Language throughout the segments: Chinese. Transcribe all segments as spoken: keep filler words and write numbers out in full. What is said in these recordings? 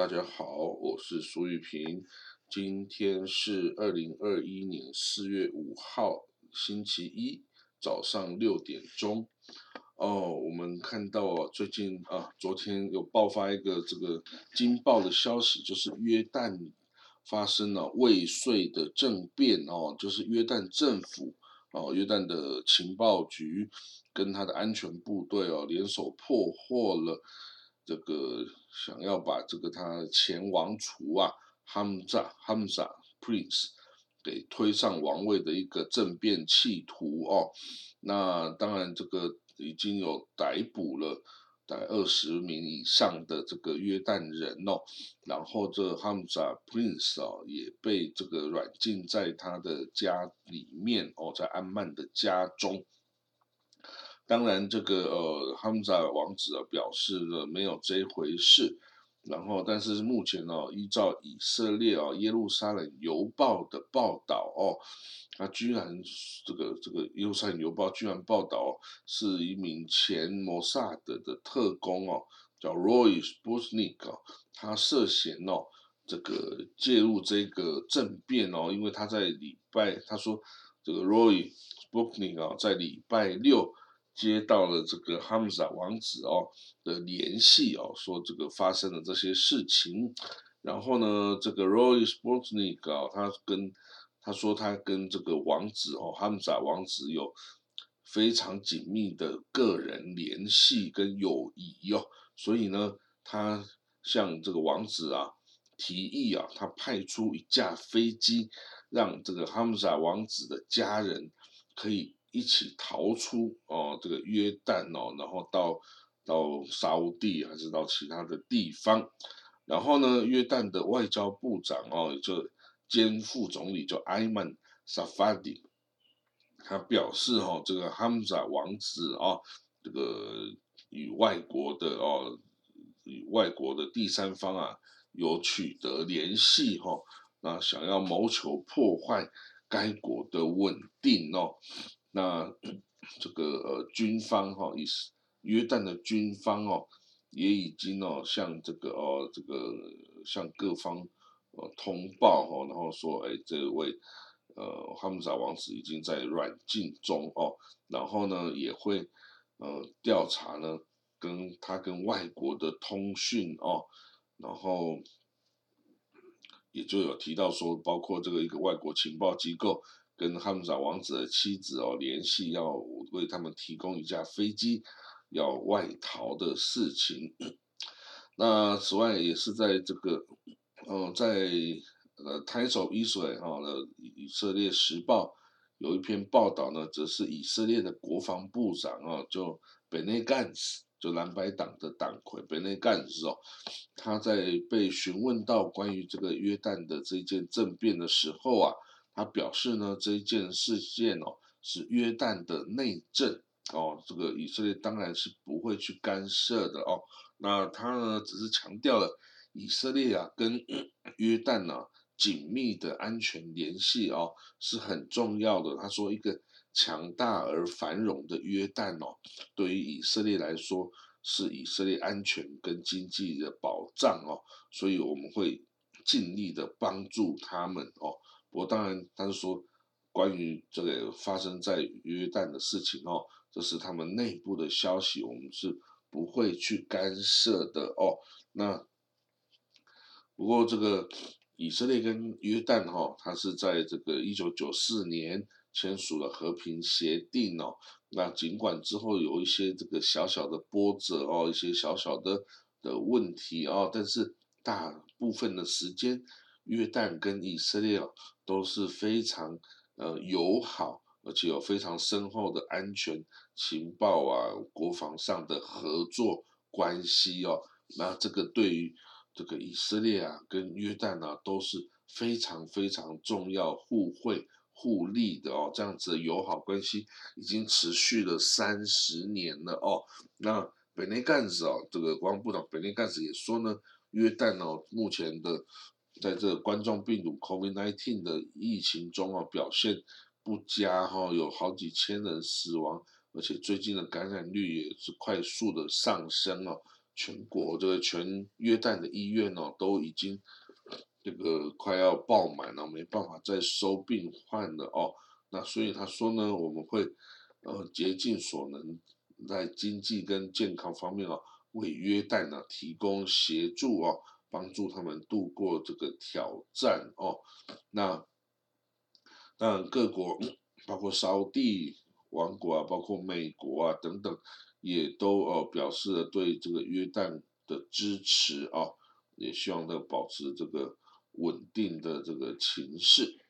家好，我是苏玉平，今天是二零二一年四月五号，星期一早上六点钟。哦，我们看到啊，最近啊，昨天有爆发一个这个惊爆的消息，就是约旦发生了未遂的政变哦，就是约旦政府哦，约旦的情报局跟他的安全部队哦联手破获了这个想要把这个他前王储啊 Hamza Hamza Prince 给推上王位的一个政变企图哦。那当然，这个已经有逮捕了大概二十名以上的这个约旦人哦，然后这 Hamza Prince 哦也被这个软禁在他的家里面哦，在安曼的家中。当然，这个呃，Hamza 王子啊表示了没有这一回事。然后，但是目前哦，依照以色列哦耶路撒冷邮报的报道哦，他居然这个这个耶路撒冷邮报居然报道、哦、是一名前摩萨德的特工哦，叫 Roy Sputnik 哦，他涉嫌哦这个介入这个政变哦，因为他在礼拜他说这个 Roy Sputnik 哦在礼拜六接到了这个 Hamza 王子哦的联系哦，说这个发生了这些事情，然后呢，这个 Roy Sputnik 哦，他跟他说他跟这个王子哦 Hamza 王子有非常紧密的个人联系跟友谊哦，所以呢，他向这个王子啊提议啊，他派出一架飞机，让这个 Hamza 王子的家人可以一起逃出哦这个约旦哦，然后到到沙乌地还是到其他的地方。然后呢，约旦的外交部长哦，就兼副总理就埃曼萨法迪，他表示哦，这个 Hamza 王子哦，这个与外国的哦，与外国的第三方啊有取得联系哈、哦，那想要谋求破坏该国的稳定哦。那这个呃军方哈、哦，以约旦的军方哦，也已经哦向这个哦这个向各方呃通报哈、哦，然后说哎这位呃哈姆扎王子已经在软禁中哦，然后呢也会呃调查呢跟他跟外国的通讯哦，然后也就有提到说，包括这个一个外国情报机构跟汉姆扎王子的妻子哦联系，要为他们提供一架飞机要外逃的事情。那此外也是在这个，呃，在呃《Times of Israel》哈的以色列时报有一篇报道呢，则是以色列的国防部长啊，就 Benny Gantz，就蓝白党的党魁 Benny Gantz 哦，他在被询问到关于这个约旦的这件政变的时候啊，他表示呢，这一件事件哦是约旦的内政哦，这个以色列当然是不会去干涉的哦。那他呢，只是强调了以色列啊跟约旦呢、啊、紧密的安全联系哦是很重要的。他说，一个强大而繁荣的约旦哦，对于以色列来说是以色列安全跟经济的保障哦，所以我们会尽力的帮助他们哦。不过当然，他是说关于这个发生在约旦的事情哦，这是他们内部的消息，我们是不会去干涉的哦。那不过这个以色列跟约旦哈、哦，它是在这个一九九四年签署了和平协定哦。那尽管之后有一些这个小小的波折哦，一些小小的的问题哦，但是大部分的时间，约旦跟以色列哦都是非常呃友好，而且有非常深厚的安全情报啊、国防上的合作关系哦。那这个对于这个以色列啊跟约旦啊都是非常非常重要、互惠互利的哦，这样子的友好关系已经持续了三十年了哦。那本内干子哦，这个国防部长本内干子也说呢，约旦哦目前的在这个冠状病毒 COVID 十九 的疫情中哦表现不佳哈、哦，有好几千人死亡，而且最近的感染率也是快速的上升哦。 全国这个全约旦的医院哦都已经这个快要爆满了，没办法再收病患了哦。那所以他说呢，我们会呃竭尽所能在经济跟健康方面哦，为约旦呢提供协助哦，帮助他们度过这个挑战哦。那当然各国包括沙地王国啊，包括美国啊等等，也都呃表示了对这个约旦的支持啊，也希望能保持这个稳定的这个情势。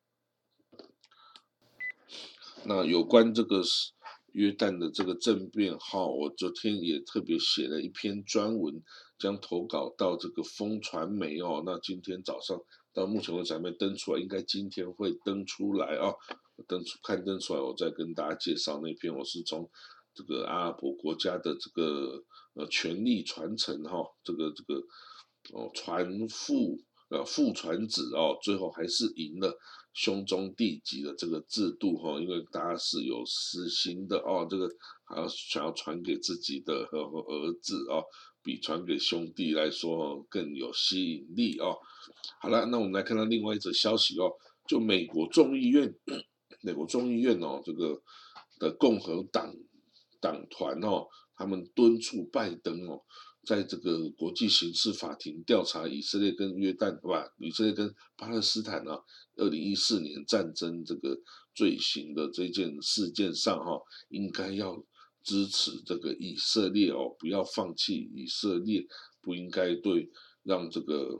那有关这个约旦的这个政变哈，我昨天也特别写了一篇专文，将投稿到这个风传媒哦。那今天早上到目前为止还没登出来，应该今天会登出来啊、哦，登出刊登出来，我再跟大家介绍那篇。我是从这个阿拉伯国家的这个呃权力传承哈、哦，这个这个哦传父呃父传子哦，最后还是赢了兄终弟及的这个制度哈、哦，因为大家是有私心的哦，这个还要想要传给自己的儿子哦，比传给兄弟来说更有吸引力哦。好了，那我们来看到另外一则消息哦，就美国众议院，美国众议院哦，这个的共和党党团哦，他们敦促拜登哦，在这个国际刑事法庭调查以色列跟约旦，不，以色列跟巴勒斯坦啊，二零一四年战争这个罪行的这件事件上哈、哦，应该要支持这个以色列哦，不要放弃以色列，不应该对让这个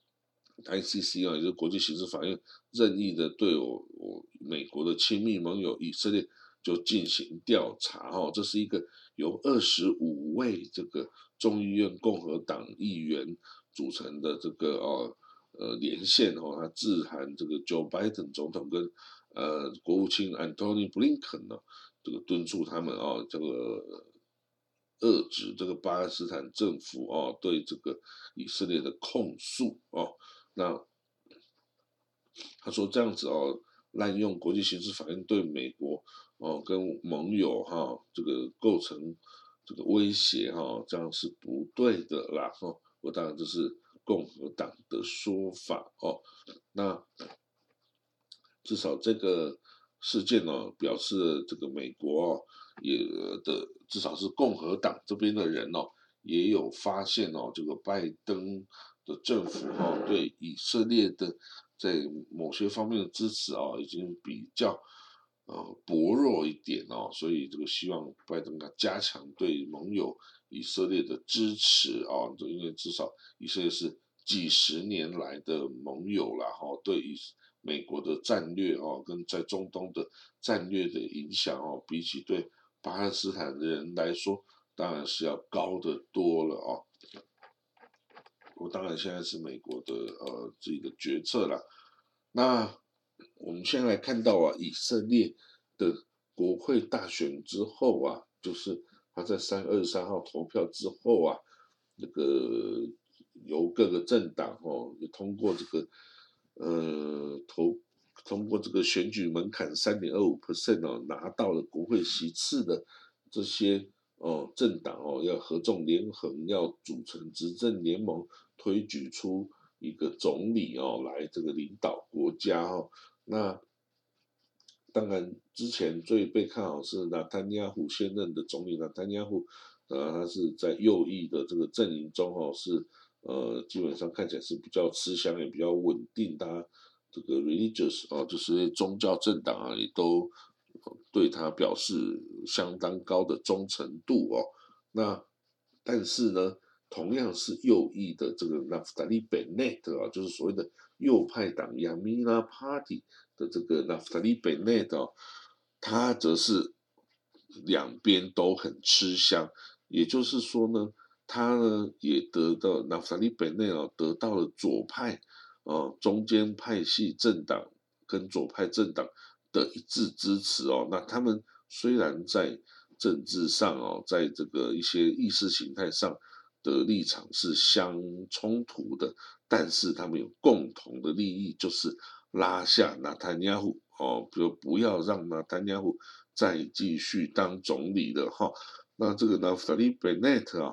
I C C 啊，也就是国际刑事法院任意的对我我美国的亲密盟友以色列就进行调查哈、哦，这是一个由二十五位这个众议院共和党议员组成的这个哦呃连线哦，他致函这个 Joe Biden 总统跟呃国务卿 Antony Blinken 呢，这个敦促他们哦这个遏制这个巴勒斯坦政府哦对这个以色列的控诉哦。那他说这样子哦，滥用国际刑事法院对美国哦跟盟友哈、哦、这个构成这个威胁哈、哦，这样是不对的啦哈、哦。我当然这是共和党的说法哦。那至少这个事件呢、哦，表示这个美国哦也的至少是共和党这边的人哦，也有发现哦，这个拜登的政府哦对以色列的在某些方面的支持啊，已经比较呃薄弱一点哦，所以这个希望拜登他加强对盟友以色列的支持啊，因为至少以色列是几十年来的盟友啦，哈，对以美国的战略哦，跟在中东的战略的影响哦，比起对巴勒斯坦的人来说，当然是要高得多了哦。我当然现在是美国的呃自己的决策啦。那我们现在来看到啊，以色列的国会大选之后啊，就是他在三月二十三号投票之后啊，那个由各个政党哦，也通过这个呃投通过这个选举门槛三点二五 percent 哦，拿到了国会席次的这些哦政党哦，要合纵连横，要组成执政联盟，推举出一个总理哦来这个领导国家哦。那当然，之前最被看好是纳坦尼亚胡现任的总理纳坦尼亚胡，呃，他是在右翼的这个阵营中哦，是呃基本上看起来是比较吃香也比较稳定，他这个 religious 哦，就是宗教政党啊，也都对他表示相当高的忠诚度哦。那但是呢，同样是右翼的这个纳夫达利·贝内特啊，就是所谓的右派党亚米拉 Party 的这个纳夫达利·贝内特，他则是两边都很吃香。也就是说呢，他呢也得到纳夫达利·贝内哦得到了左派哦中间派系政党跟左派政党的一致支持哦。那他们虽然在政治上哦，在这个一些意识形态上的立场是相冲突的，但是他们有共同的利益，就是拉下纳坦亚胡哦，就不要让纳坦亚胡再继续当总理了哈。那这个纳夫达利·贝内特啊，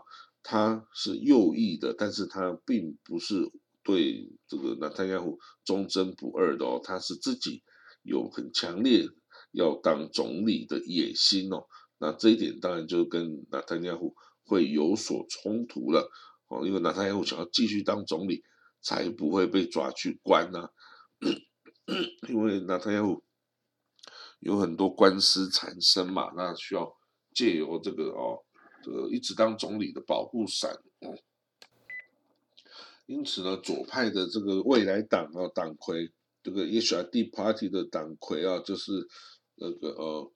他是右翼的，但是他并不是对这个纳坦雅胡忠贞不二的哦，他是自己有很强烈要当总理的野心哦。那这一点当然就跟纳坦雅胡会有所冲突了哦，因为纳坦雅胡想要继续当总理，才不会被抓去关呐、啊。因为纳坦雅胡有很多官司缠身嘛，那需要借由这个哦，这个一直当总理的保护伞。哦，因此呢，左派的这个未来党啊，党魁这个 H R D Party 的党魁啊，就是那个呃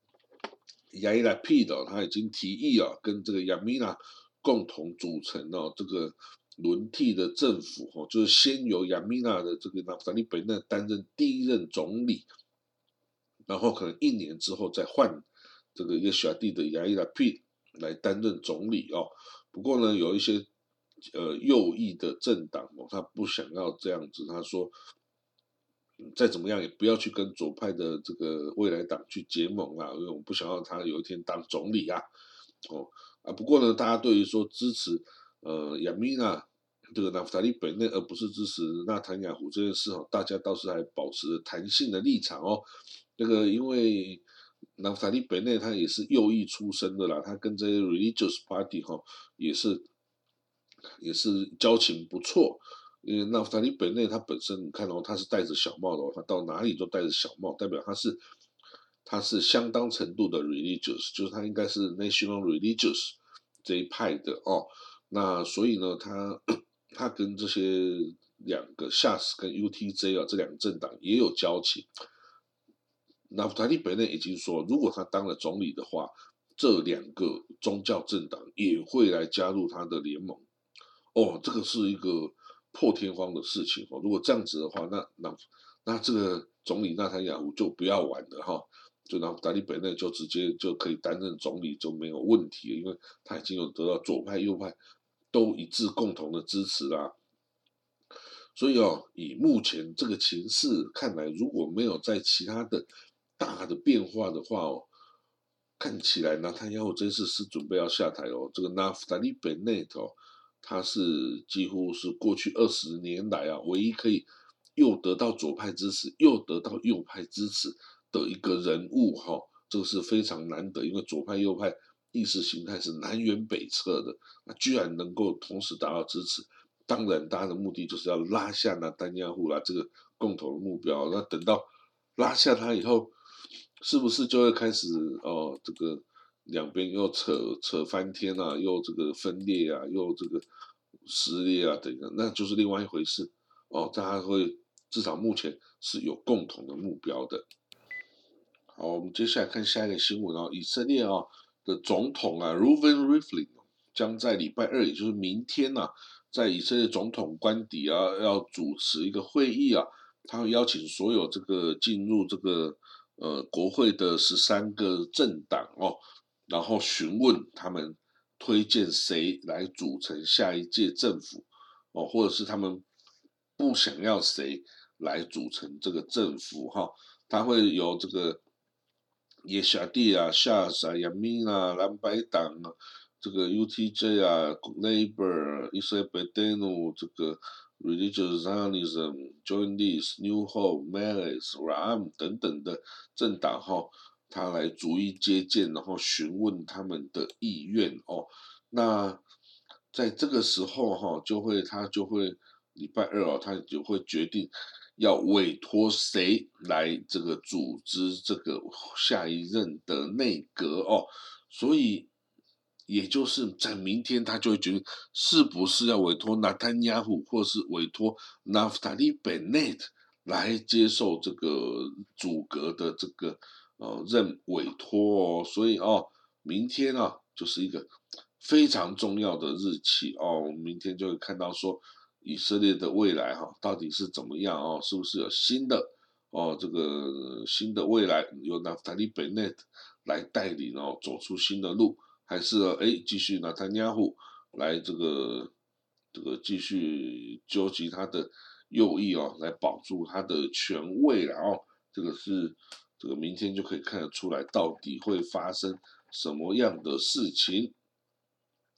，Yair Lapid 哦，他已经提议啊，跟这个 Yamina 共同组成哦这个轮替的政府哦，就是先由 Yamina 的这个 Naftali Bennett 担任第一任总理，然后可能一年之后再换这个 H R D 的 Yair Lapid 来担任总理哦。不过呢，有一些呃右翼的政党哦，他不想要这样子，他说再怎么样也不要去跟左派的这个未来党去结盟啊，因为我不想要他有一天当总理啊。哦啊，不过呢，大家对于说支持呃亚米娜这个纳夫塔利本内，而不是支持纳坦雅胡这件事哦，大家倒是还保持弹性的立场哦。这个因为纳夫塔利本内他也是右翼出身的啦，他跟这些 religious party 哈、哦、也是也是交情不错。因为纳夫塔利本内他本身你看哦，他是戴着小帽的哦，他到哪里都戴着小帽，代表他是他是相当程度的 religious，就是他应该是 national religious 这一派的哦。那所以呢，他他跟这些两个 S H A S 跟 U T J 啊这两个政党也有交情。纳夫塔利本内已经说，如果他当了总理的话，这两个宗教政党也会来加入他的联盟。哦，这个是一个破天荒的事情哦。如果这样子的话，那那那这个总理纳坦雅胡就不要玩了哈，就让达利本内就直接就可以担任总理就没有问题了，因为他已经有得到左派右派都一致共同的支持啦。所以哦，以目前这个情势看来，如果没有在其他的大的变化的话哦，看起来纳坦雅胡这次是准备要下台哦。这个纳夫达利本内哦，他是几乎是过去二十年来啊，唯一可以又得到左派支持，又得到右派支持的一个人物哈、哦，这个是非常难得，因为左派右派意识形态是南辕北辙的，那居然能够同时达到支持。当然，大家的目的就是要拉下纳丹亚胡啦，这个共同的目标。那等到拉下他以后，是不是就会开始哦，这个两边又扯扯翻天啊，又这个分裂啊，又这个撕裂啊，等等，那就是另外一回事哦。大家会至少目前是有共同的目标的。好，我们接下来看下一个新闻哦，以色列啊的总统啊 Reuven Rivlin 将在礼拜二，也就是明天呐、啊，在以色列总统官邸啊要主持一个会议啊，他会邀请所有这个进入这个呃国会的十三个政党哦，然后询问他们推荐谁来组成下一届政府哦，或者是他们不想要谁来组成这个政府哈、哦，他会由这个也小弟啊、S H A S 啊、亚米啊、蓝白党啊、这个 U T J 啊、Labour、以色列贝登努这个 Religious Zionism、Join This、New Hope、Meretz、Ra'am 等等的政党哈，他来逐一接见，然后询问他们的意愿哦。那在这个时候哈，就会他就会礼拜二哦，他就会决定要委托谁来这个组织这个下一任的内阁哦，所以也就是在明天他就会决定是不是要委托纳坦雅胡，或是委托纳夫塔利本内特来接受这个组阁的这个呃任委托哦，所以哦，明天啊就是一个非常重要的日期哦，我们明天就会看到说以色列的未来哈到底是怎么样哦，是不是有新的哦这个新的未来由纳夫塔利本内特来带领哦走出新的路，还是哎继续纳坦雅胡来这个这个继续纠集他的右翼哦，来保住他的权位了哦，这个是这个明天就可以看得出来到底会发生什么样的事情。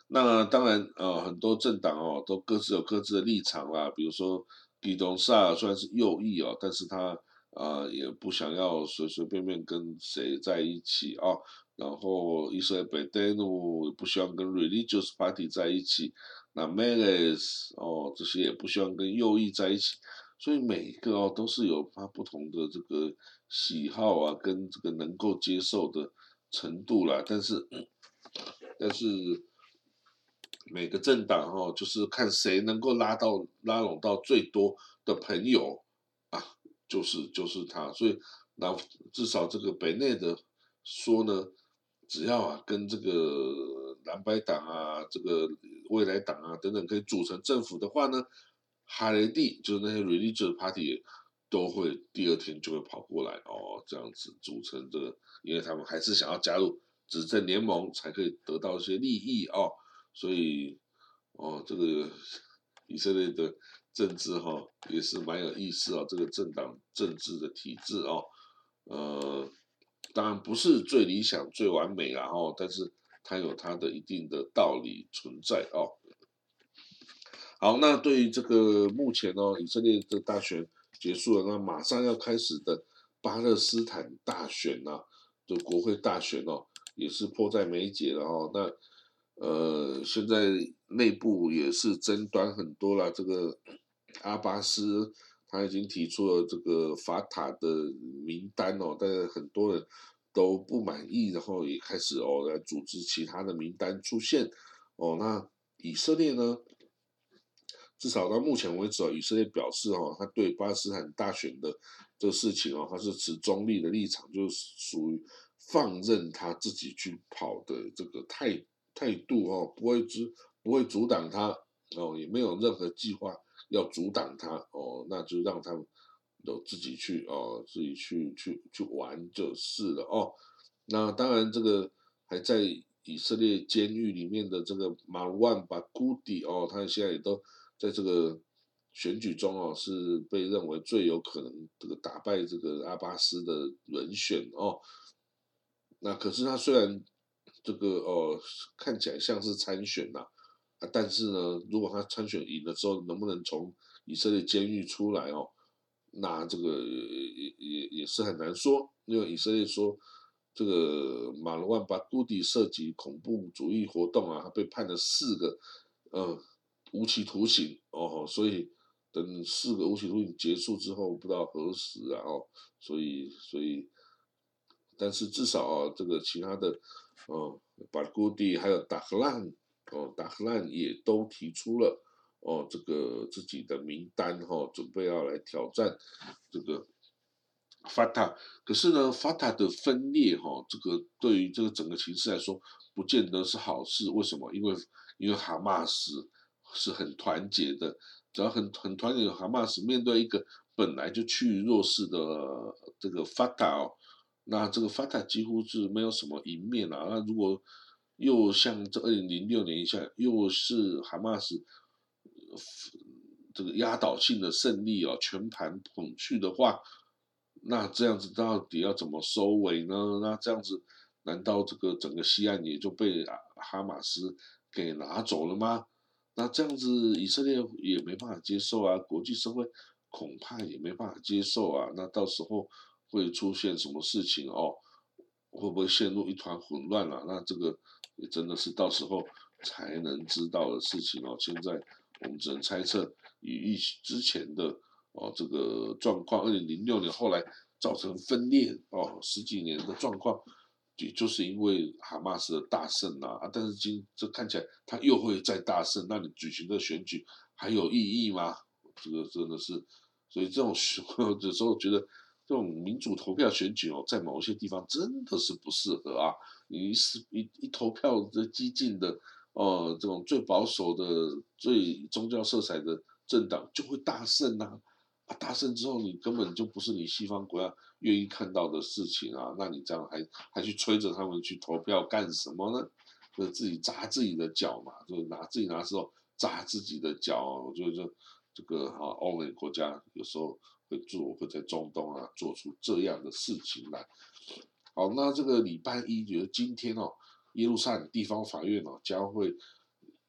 那当然，呃，很多政党哦，都各自有各自的立场啦。比如说，吉东萨虽然是右翼哦，但是他呃也不想要随随便便跟谁在一起哦。然后以色列北登努也不希望跟 religious party 在一起，那 Meles 哦这些也不希望跟右翼在一起。所以每一个哦都是有他不同的这个喜好啊，跟这个能够接受的程度啦。但是，但是每个政党哦，就是看谁能够拉到拉拢到最多的朋友啊，就是就是他。所以那至少这个北内的说呢，只要啊跟这个蓝白党啊、这个未来党啊等等可以组成政府的话呢，哈雷蒂就是那些 religious party 都会第二天就会跑过来哦，这样子组成这个，因为他们还是想要加入执政联盟，才可以得到一些利益哦。所以哦，这个以色列的政治哈、哦、也是蛮有意思哦，这个政党政治的体制哦，呃，当然不是最理想、最完美啦哦，但是它有它的一定的道理存在哦。好，那对于这个目前哦，以色列的大选结束了，那马上要开始的巴勒斯坦大选啊，就国会大选哦，也是迫在眉睫了哦。那呃，现在内部也是争端很多了。这个阿巴斯他已经提出了这个法塔的名单哦，但是很多人都不满意，然后也开始哦来组织其他的名单出现哦。那以色列呢？至少到目前为止哦，以色列表示哦，他对巴勒斯坦大选的这个事情哦，他是持中立的立场，就是属于放任他自己去跑的这个态态度哦，不会阻不会阻挡他哦，也没有任何计划要阻挡他哦，那就让他们都自己去哦，自己去去去玩就是了哦。那当然，这个还在以色列监狱里面的这个马万巴古迪哦，他现在也都在这个选举中哦，是被认为最有可能这个打败这个阿巴斯的人选哦。那可是他虽然这个哦看起来像是参选呐、啊，但是呢，如果他参选赢了之后，能不能从以色列监狱出来哦？那这个也也也是很难说，因为以色列说这个马罗万巴杜迪涉及恐怖主义活动啊，他被判了四个呃无期徒刑哦，所以等四个无期徒刑结束之后，不知道何时啊哦，所以所以但是至少啊，这个其他的哦，巴古迪还有达赫兰哦，达赫兰也都提出了哦这个自己的名单哈、哦，准备要来挑战这个法塔。可是呢，法塔的分裂哈、哦，这个对于这个整个形势来说，不见得是好事。为什么？因为因为哈马斯是很团结的，只要很很团结的哈马斯面对一个本来就趋于弱势的这个法塔哦，那这个 f a t a 几乎是没有什么赢面啊。那如果又像这二零零六年一下，又是哈马斯这个压倒性的胜利哦，全盘捧去的话，那这样子到底要怎么收尾呢？那这样子，难道这个整个西岸也就被哈马斯给拿走了吗？那这样子以色列也没办法接受啊，国际社会恐怕也没办法接受啊。那到时候会出现什么事情哦？会不会陷入一团混乱啊？那这个也真的是到时候才能知道的事情哦。现在我们只能猜测，以预之前的哦这个状况，二零零六年后来造成分裂哦十几年的状况，也就是因为哈马斯的大胜啊，啊但是今这看起来他又会再大胜，那你举行的选举还有意义吗？这个真的是，所以这种有时候觉得这种民主投票选举哦，在某些地方真的是不适合啊。你是一一投票的激进的，呃，这种最保守的、最宗教色彩的政党就会大胜啊。啊，大胜之后，你根本就不是你西方国家愿意看到的事情啊。那你这样还还去催着他们去投票干什么呢？就自己砸自己的脚嘛，就拿自己拿时候砸自己的脚。我觉得这个哈，欧美国家有时候会做，会在中东啊做出这样的事情来。好，那这个礼拜一，就是今天哦，耶路撒冷地方法院哦将会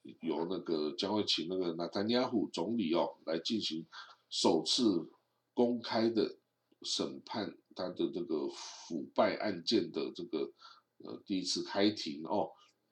由那个将会请那个纳坦雅胡总理哦来进行首次公开的审判他的这个腐败案件的这个呃第一次开庭哦。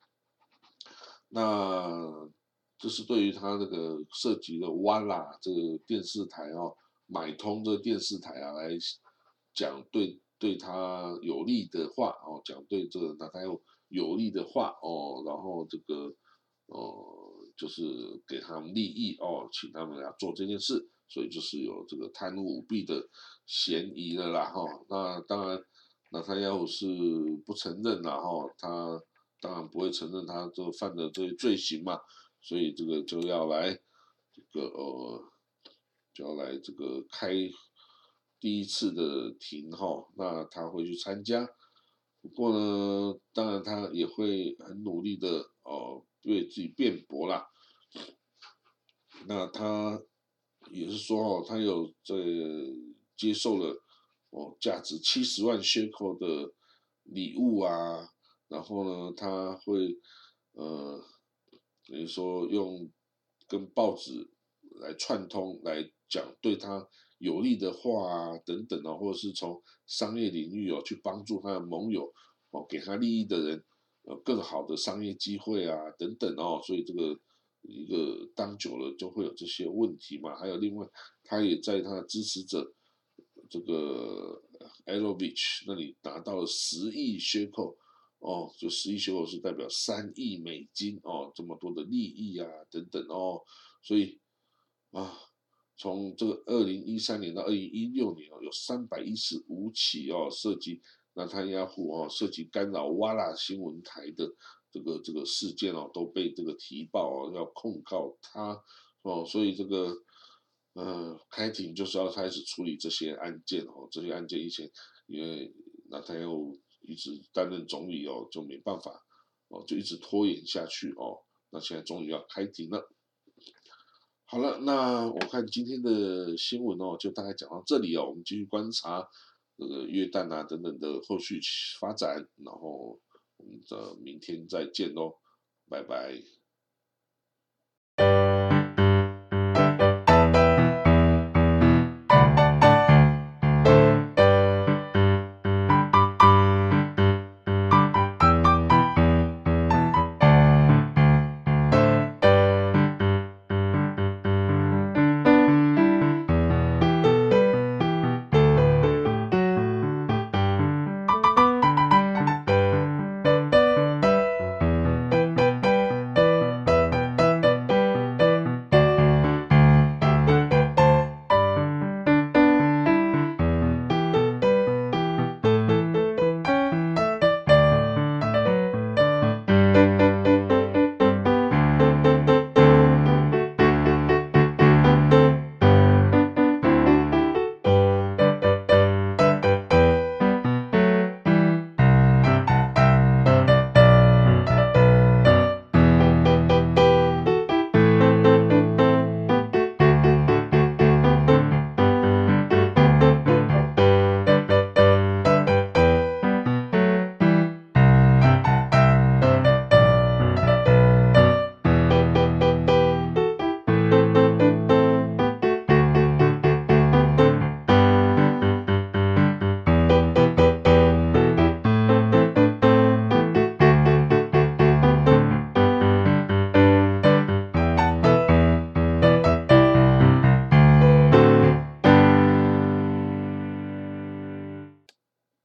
那这是对于他那个涉及的哇啦这个电视台哦，买通这个电视台啊来讲对对他有利的话哦，讲对这个纳坦雅胡有利的话哦，然后这个呃就是给他们利益哦，请他们来做这件事，所以就是有这个贪污舞弊的嫌疑了啦哈、哦。那当然，纳坦雅胡是不承认啦哈、哦，他当然不会承认他这个犯的这些罪行嘛，所以这个就要来这个呃就要来这个开第一次的庭哈，那他会去参加。不过呢，当然他也会很努力的哦，为自己辩驳啦。那他也是说哦，他有这接受了哦价值七十万 shekel 的礼物啊，然后呢，他会呃等于说用跟报纸来串通来讲对他有利的话啊等等哦，或者是从商业领域哦去帮助他的盟友哦，给他利益的人呃更好的商业机会啊等等哦，所以这个一个当久了就会有这些问题嘛。还有另外，他也在他的支持者这个 a l o v i c h 那里拿到了十亿 shekel 哦，就十亿 shekel 是代表三亿美金哦，这么多的利益啊等等哦，所以啊。从这个二零一三年到二零一六年哦，有三百一十五起哦涉及纳坦雅胡哦涉及干扰哇啦新闻台的这个这个事件哦，都被这个提报哦，要控告他哦，所以这个呃开庭就是要开始处理这些案件哦，这些案件以前因为纳坦雅胡一直担任总理哦，就没办法哦，就一直拖延下去哦，那现在终于要开庭了。好了，那我看今天的新闻哦，就大概讲到这里哦。我们继续观察这个约旦啊等等的后续发展，然后我们的明天再见喽，拜拜。